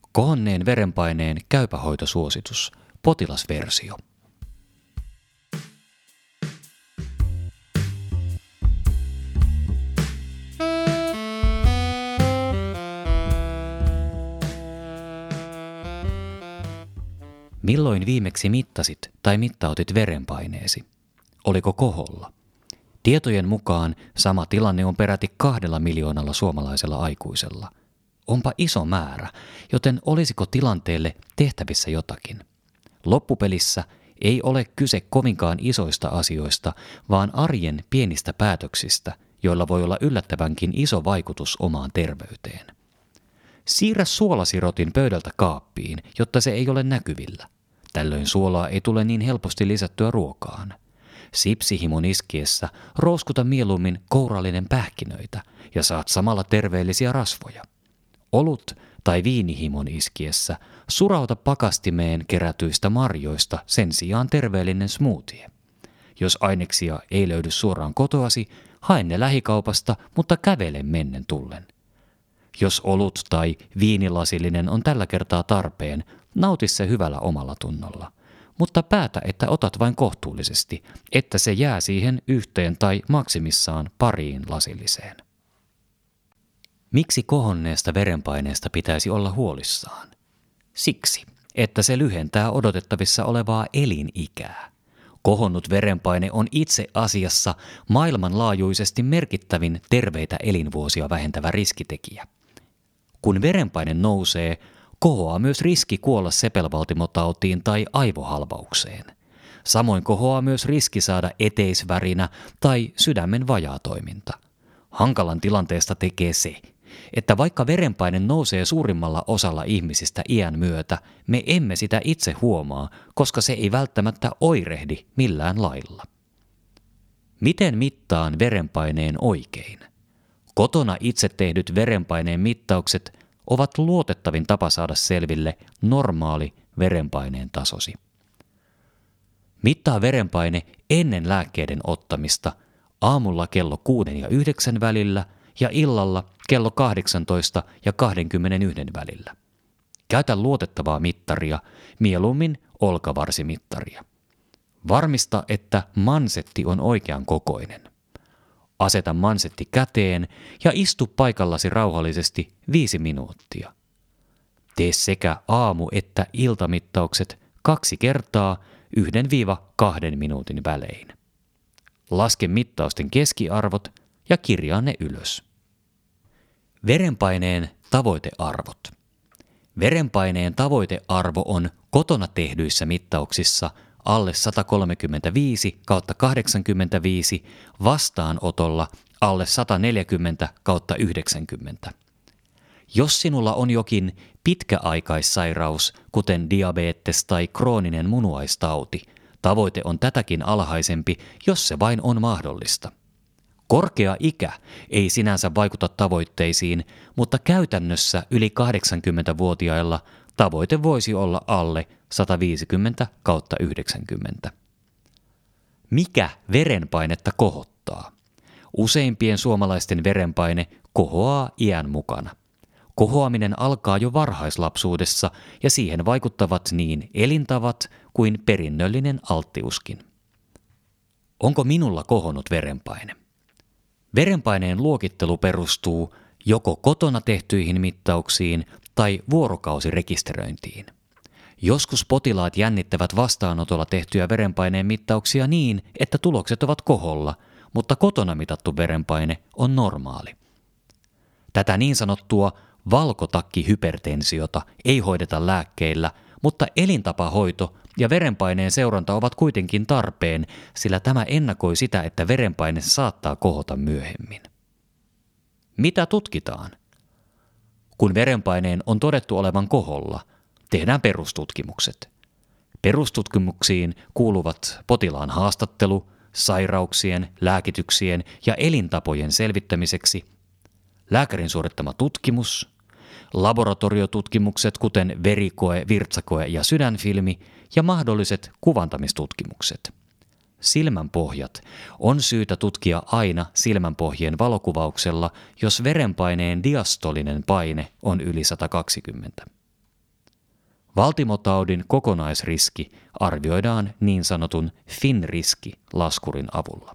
Kohonneen verenpaineen käypähoitosuositus, potilasversio. Milloin viimeksi mittasit tai mittautit verenpaineesi? Oliko koholla? Tietojen mukaan sama tilanne on peräti 2 miljoonalla suomalaisella aikuisella. Onpa iso määrä, joten olisiko tilanteelle tehtävissä jotakin? Loppupelissä ei ole kyse kovinkaan isoista asioista, vaan arjen pienistä päätöksistä, joilla voi olla yllättävänkin iso vaikutus omaan terveyteen. Siirrä suolasirotin pöydältä kaappiin, jotta se ei ole näkyvillä. Tällöin suolaa ei tule niin helposti lisättyä ruokaan. Sipsihimon iskiessä rouskuta mieluummin kourallinen pähkinöitä ja saat samalla terveellisiä rasvoja. Olut tai viinihimon iskiessä surauta pakastimeen kerätyistä marjoista sen sijaan terveellinen smoothie. Jos aineksia ei löydy suoraan kotoasi, hae ne lähikaupasta, mutta kävele mennen tullen. Jos olut tai viinilasillinen on tällä kertaa tarpeen, nauti se hyvällä omalla tunnolla. Mutta päätä, että otat vain kohtuullisesti, että se jää siihen 1 tai maksimissaan 2 lasilliseen. Miksi kohonneesta verenpaineesta pitäisi olla huolissaan? Siksi, että se lyhentää odotettavissa olevaa elinikää. Kohonnut verenpaine on itse asiassa maailmanlaajuisesti merkittävin terveitä elinvuosia vähentävä riskitekijä. Kun verenpaine nousee, kohoaa myös riski kuolla sepelvaltimotautiin tai aivohalvaukseen. Samoin kohoaa myös riski saada eteisvärinä tai sydämen vajaatoiminta. Hankalan tilanteesta tekee se, että vaikka verenpaine nousee suurimmalla osalla ihmisistä iän myötä, me emme sitä itse huomaa, koska se ei välttämättä oirehdi millään lailla. Miten mittaan verenpaineen oikein? Kotona itse tehdyt verenpaineen mittaukset ovat luotettavin tapa saada selville normaali verenpaineen tasosi. Mittaa verenpaine ennen lääkkeiden ottamista aamulla kello 6 ja 9 välillä ja illalla kello 18 ja 21 välillä. Käytä luotettavaa mittaria, mieluummin olkavarsimittaria. Varmista, että mansetti on oikean kokoinen. Aseta mansetti käteen ja istu paikallasi rauhallisesti 5 minuuttia. Tee sekä aamu- että iltamittaukset 2 kertaa 1-2 minuutin välein. Laske mittausten keskiarvot ja kirjaa ne ylös. Verenpaineen tavoitearvot. Verenpaineen tavoitearvo on kotona tehdyissä mittauksissa alle 135/85, vastaanotolla alle 140/90. Jos sinulla on jokin pitkäaikaissairaus, kuten diabetes tai krooninen munuaistauti, tavoite on tätäkin alhaisempi, jos se vain on mahdollista. Korkea ikä ei sinänsä vaikuta tavoitteisiin, mutta käytännössä yli 80-vuotiailla tavoite voisi olla alle 150/90. Mikä verenpainetta kohottaa? Useimpien suomalaisten verenpaine kohoaa iän mukana. Kohoaminen alkaa jo varhaislapsuudessa ja siihen vaikuttavat niin elintavat kuin perinnöllinen alttiuskin. Onko minulla kohonnut verenpaine? Verenpaineen luokittelu perustuu joko kotona tehtyihin mittauksiin tai vuorokausirekisteröintiin. Joskus potilaat jännittävät vastaanotolla tehtyjä verenpaineen mittauksia niin, että tulokset ovat koholla, mutta kotona mitattu verenpaine on normaali. Tätä niin sanottua valkotakkihypertensiota ei hoideta lääkkeillä, mutta elintapahoito ja verenpaineen seuranta ovat kuitenkin tarpeen, sillä tämä ennakoi sitä, että verenpaine saattaa kohota myöhemmin. Mitä tutkitaan? Kun verenpaineen on todettu olevan koholla, tehdään perustutkimukset. Perustutkimuksiin kuuluvat potilaan haastattelu, sairauksien, lääkityksien ja elintapojen selvittämiseksi, lääkärin suorittama tutkimus, laboratoriotutkimukset kuten verikoe, virtsakoe ja sydänfilmi ja mahdolliset kuvantamistutkimukset. Silmänpohjat on syytä tutkia aina silmänpohjien valokuvauksella, jos verenpaineen diastolinen paine on yli 120. Valtimotaudin kokonaisriski arvioidaan niin sanotun FIN-riski-laskurin avulla.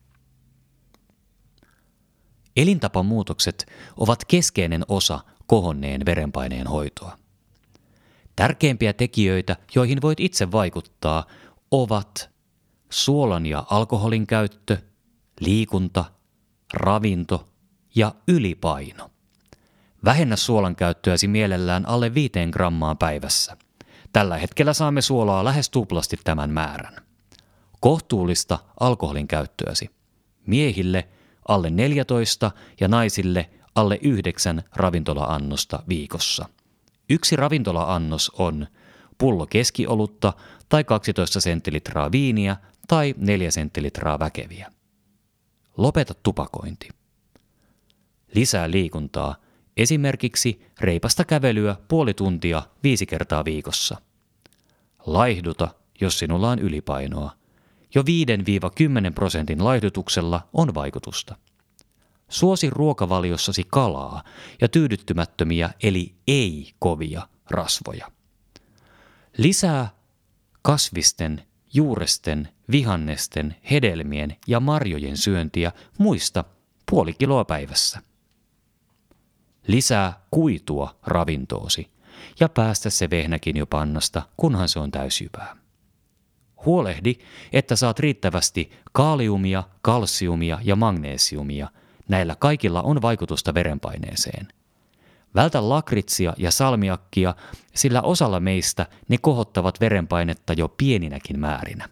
Elintapamuutokset ovat keskeinen osa kohonneen verenpaineen hoitoa. Tärkeimpiä tekijöitä, joihin voit itse vaikuttaa, ovat suolan ja alkoholin käyttö, liikunta, ravinto ja ylipaino. Vähennä suolan käyttöäsi mielellään alle 5 grammaa päivässä. Tällä hetkellä saamme suolaa lähes tuplasti tämän määrän. Kohtuullista alkoholin käyttöäsi. Miehille alle 14 ja naisille alle 9 ravintola-annosta viikossa. 1 ravintola-annos on pullo keskiolutta tai 12 sentilitraa viiniä tai 4 sentilitraa väkeviä. Lopeta tupakointi. Lisää liikuntaa, esimerkiksi reipasta kävelyä puoli tuntia 5 kertaa viikossa. Laihduta, jos sinulla on ylipainoa. Jo 5–10% laihdutuksella on vaikutusta. Suosi ruokavaliossasi kalaa ja tyydyttymättömiä eli ei-kovia rasvoja. Lisää kasvisten, juuresten, vihannesten, hedelmien ja marjojen syöntiä muista puoli kiloa päivässä. Lisää kuitua ravintoosi ja päästä se vehnäkin jo pannasta, kunhan se on täysjyvää. Huolehdi, että saat riittävästi kaaliumia, kalsiumia ja magneesiumia. Näillä kaikilla on vaikutusta verenpaineeseen. Vältä lakritsia ja salmiakkia, sillä osalla meistä ne kohottavat verenpainetta jo pieninäkin määrinä.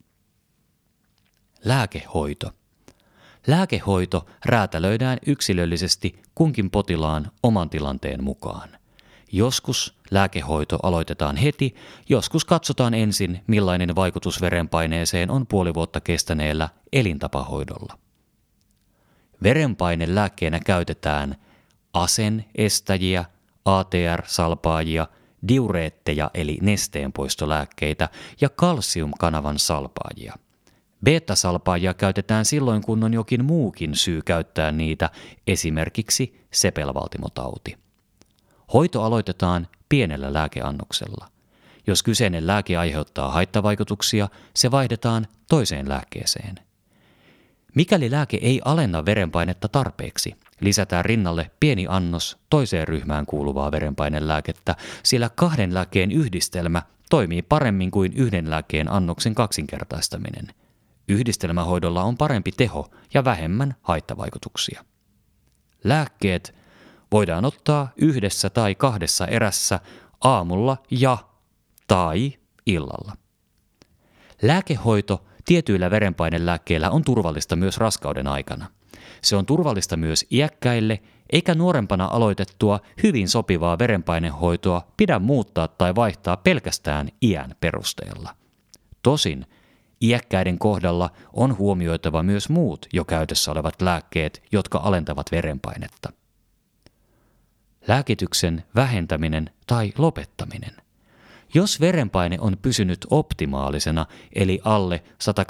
Lääkehoito. Lääkehoito räätälöidään yksilöllisesti kunkin potilaan oman tilanteen mukaan. Joskus lääkehoito aloitetaan heti, joskus katsotaan ensin, millainen vaikutus verenpaineeseen on puoli vuotta kestäneellä elintapahoidolla. Verenpainelääkkeenä käytetään asen estäjiä, ATR-salpaajia, diureetteja eli nesteenpoistolääkkeitä ja kalsiumkanavan salpaajia. Beta-salpaajia käytetään silloin, kun on jokin muukin syy käyttää niitä, esimerkiksi sepelvaltimotauti. Hoito aloitetaan pienellä lääkeannoksella. Jos kyseinen lääke aiheuttaa haittavaikutuksia, se vaihdetaan toiseen lääkkeeseen. Mikäli lääke ei alenna verenpainetta tarpeeksi, lisätään rinnalle pieni annos toiseen ryhmään kuuluvaa verenpainelääkettä, sillä 2 lääkkeen yhdistelmä toimii paremmin kuin 1 lääkkeen annoksen kaksinkertaistaminen. Yhdistelmähoidolla on parempi teho ja vähemmän haittavaikutuksia. Lääkkeet voidaan ottaa 1 tai 2 erässä aamulla tai illalla. Lääkehoito tietyillä verenpainelääkkeillä on turvallista myös raskauden aikana. Se on turvallista myös iäkkäille, eikä nuorempana aloitettua hyvin sopivaa verenpainehoitoa pidä muuttaa tai vaihtaa pelkästään iän perusteella. Tosin iäkkäiden kohdalla on huomioitava myös muut jo käytössä olevat lääkkeet, jotka alentavat verenpainetta. Lääkityksen vähentäminen tai lopettaminen. Jos verenpaine on pysynyt optimaalisena, eli alle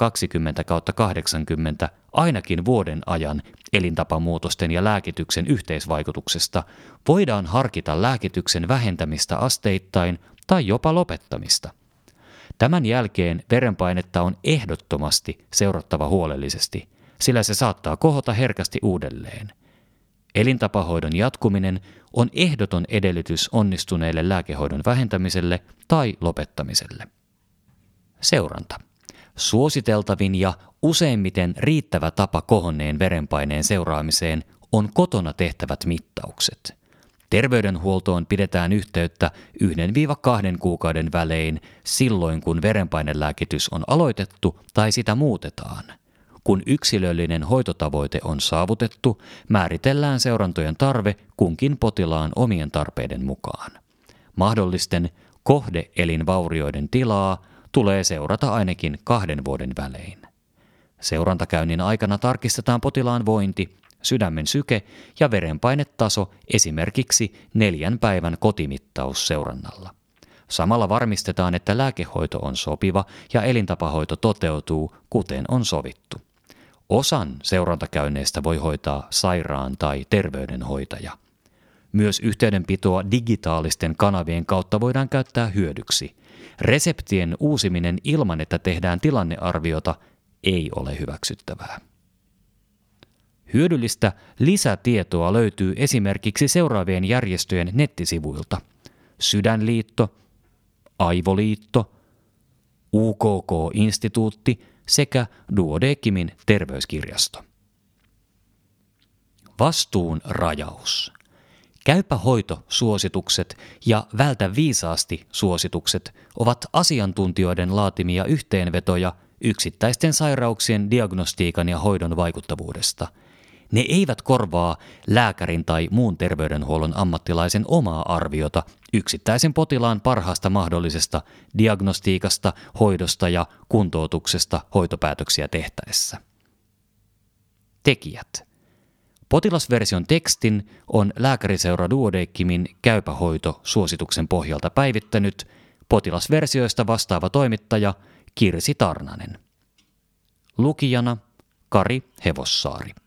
120/80 ainakin vuoden ajan elintapamuutosten ja lääkityksen yhteisvaikutuksesta, voidaan harkita lääkityksen vähentämistä asteittain tai jopa lopettamista. Tämän jälkeen verenpainetta on ehdottomasti seurattava huolellisesti, sillä se saattaa kohota herkästi uudelleen. Elintapahoidon jatkuminen on ehdoton edellytys onnistuneelle lääkehoidon vähentämiselle tai lopettamiselle. Seuranta. Suositeltavin ja useimmiten riittävä tapa kohonneen verenpaineen seuraamiseen on kotona tehtävät mittaukset. Terveydenhuoltoon pidetään yhteyttä 1–2 kuukauden välein silloin, kun verenpainelääkitys on aloitettu tai sitä muutetaan. Kun yksilöllinen hoitotavoite on saavutettu, määritellään seurantojen tarve kunkin potilaan omien tarpeiden mukaan. Mahdollisten kohde-elinvaurioiden tilaa tulee seurata ainakin 2 vuoden välein. Seurantakäynnin aikana tarkistetaan potilaan vointi, sydämen syke ja verenpainetaso esimerkiksi 4 päivän kotimittausseurannalla. Samalla varmistetaan, että lääkehoito on sopiva ja elintapahoito toteutuu, kuten on sovittu. Osan seurantakäynneistä voi hoitaa sairaan tai terveydenhoitaja. Myös yhteydenpitoa digitaalisten kanavien kautta voidaan käyttää hyödyksi. Reseptien uusiminen ilman, että tehdään tilannearviota, ei ole hyväksyttävää. Hyödyllistä lisätietoa löytyy esimerkiksi seuraavien järjestöjen nettisivuilta: Sydänliitto, Aivoliitto, UKK-instituutti sekä Duodecimin terveyskirjasto. Vastuun rajaus. Käypä hoito-suositukset ja vältä viisaasti -suositukset ovat asiantuntijoiden laatimia yhteenvetoja yksittäisten sairauksien diagnostiikan ja hoidon vaikuttavuudesta. Ne eivät korvaa lääkärin tai muun terveydenhuollon ammattilaisen omaa arviota yksittäisen potilaan parhaasta mahdollisesta diagnostiikasta, hoidosta ja kuntoutuksesta hoitopäätöksiä tehtäessä. Tekijät. Potilasversion tekstin on Lääkäriseura Duodecimin Käypä hoito -suosituksen pohjalta päivittänyt potilasversioista vastaava toimittaja Kirsi Tarnanen. Lukijana Kari Hevossaari.